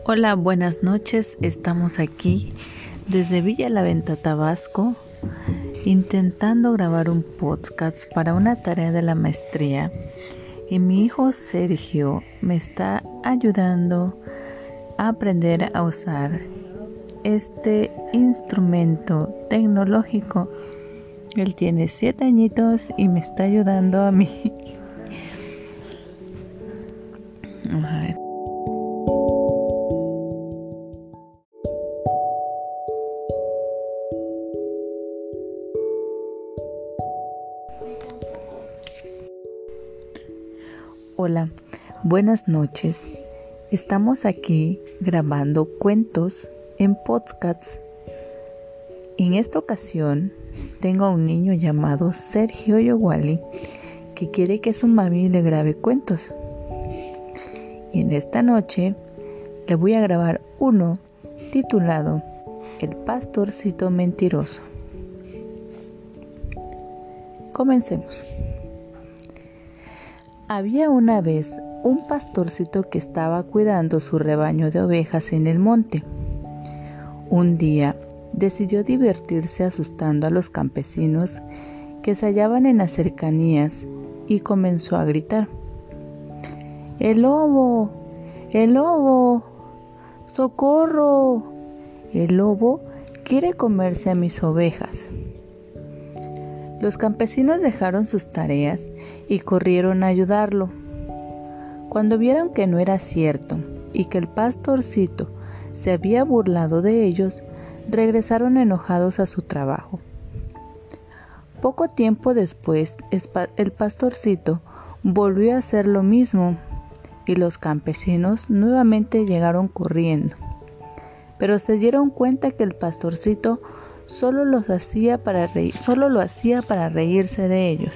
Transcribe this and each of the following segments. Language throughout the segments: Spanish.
Hola, buenas noches. Estamos aquí desde Villa La Venta, Tabasco, intentando grabar un podcast para una tarea de la maestría. Y mi hijo Sergio me está ayudando a aprender a usar este instrumento tecnológico. Él tiene 7 añitos y me está ayudando a mí. Hola, buenas noches. Estamos aquí grabando cuentos en podcasts. En esta ocasión tengo a un niño llamado Sergio Yowali que quiere que su mami le grabe cuentos. Y en esta noche le voy a grabar uno titulado El pastorcito mentiroso. Comencemos. Había una vez un pastorcito que estaba cuidando su rebaño de ovejas en el monte. Un día decidió divertirse asustando a los campesinos que se hallaban en las cercanías y comenzó a gritar: ¡El lobo! ¡El lobo! ¡Socorro! El lobo quiere comerse a mis ovejas. Los campesinos dejaron sus tareas y corrieron a ayudarlo. Cuando vieron que no era cierto y que el pastorcito se había burlado de ellos, regresaron enojados a su trabajo. Poco tiempo después, el pastorcito volvió a hacer lo mismo y los campesinos nuevamente llegaron corriendo, pero se dieron cuenta que el pastorcito solo lo hacía para reírse de ellos.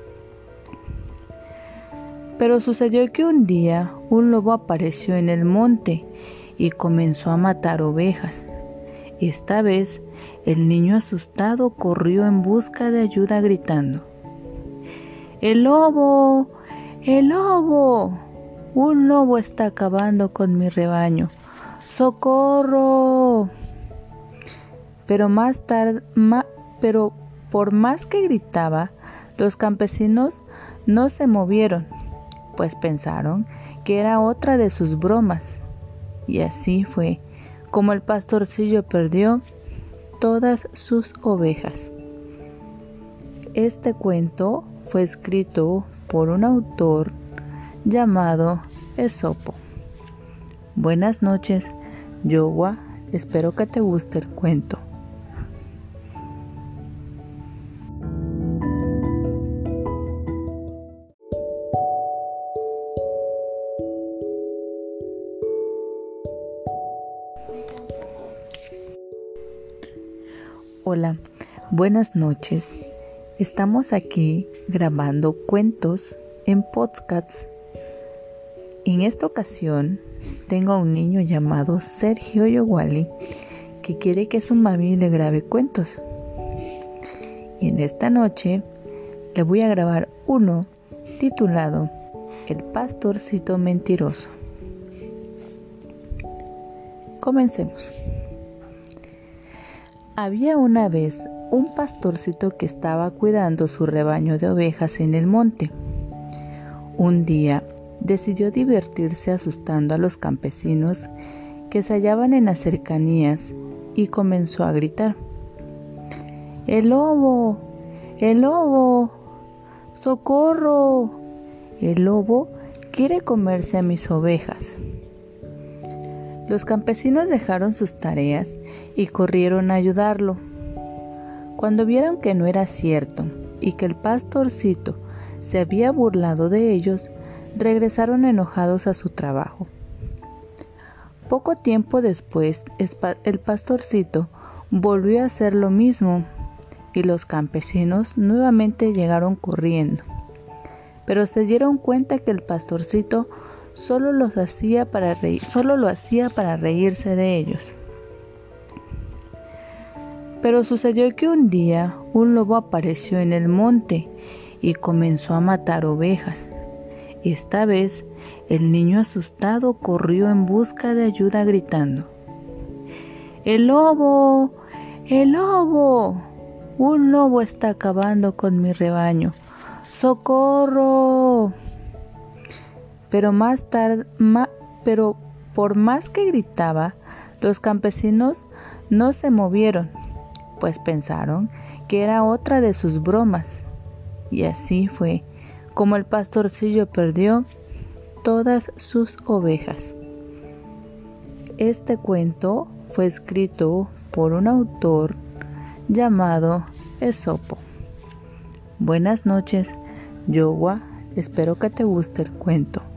Pero sucedió que un día un lobo apareció en el monte y comenzó a matar ovejas. Esta vez el niño asustado corrió en busca de ayuda gritando: ¡El lobo! ¡El lobo! ¡Un lobo está acabando con mi rebaño! ¡Socorro! Pero por más que gritaba, los campesinos no se movieron, pues pensaron que era otra de sus bromas. Y así fue como el pastorcillo perdió todas sus ovejas. Este cuento fue escrito por un autor llamado Esopo. Buenas noches, Yowa. Espero que te guste el cuento. Hola, buenas noches. Estamos aquí grabando cuentos en podcasts. En esta ocasión tengo a un niño llamado Sergio Yowali que quiere que su mami le grabe cuentos. Y en esta noche le voy a grabar uno titulado El pastorcito mentiroso. Comencemos. Había una vez un pastorcito que estaba cuidando su rebaño de ovejas en el monte. Un día decidió divertirse asustando a los campesinos que se hallaban en las cercanías y comenzó a gritar: ¡El lobo! ¡El lobo! ¡Socorro! El lobo quiere comerse a mis ovejas. Los campesinos dejaron sus tareas y corrieron a ayudarlo. Cuando vieron que no era cierto y que el pastorcito se había burlado de ellos, regresaron enojados a su trabajo. Poco tiempo después, el pastorcito volvió a hacer lo mismo y los campesinos nuevamente llegaron corriendo, pero se dieron cuenta que el pastorcito solo lo hacía para reírse de ellos. Pero sucedió que un día un lobo apareció en el monte y comenzó a matar ovejas. Esta vez, el niño asustado corrió en busca de ayuda gritando: ¡El lobo! ¡El lobo! ¡Un lobo está acabando con mi rebaño! ¡Socorro! Pero por más que gritaba, los campesinos no se movieron, pues pensaron que era otra de sus bromas. Y así fue como el pastorcillo perdió todas sus ovejas. Este cuento fue escrito por un autor llamado Esopo. Buenas noches, Yowa. Espero que te guste el cuento.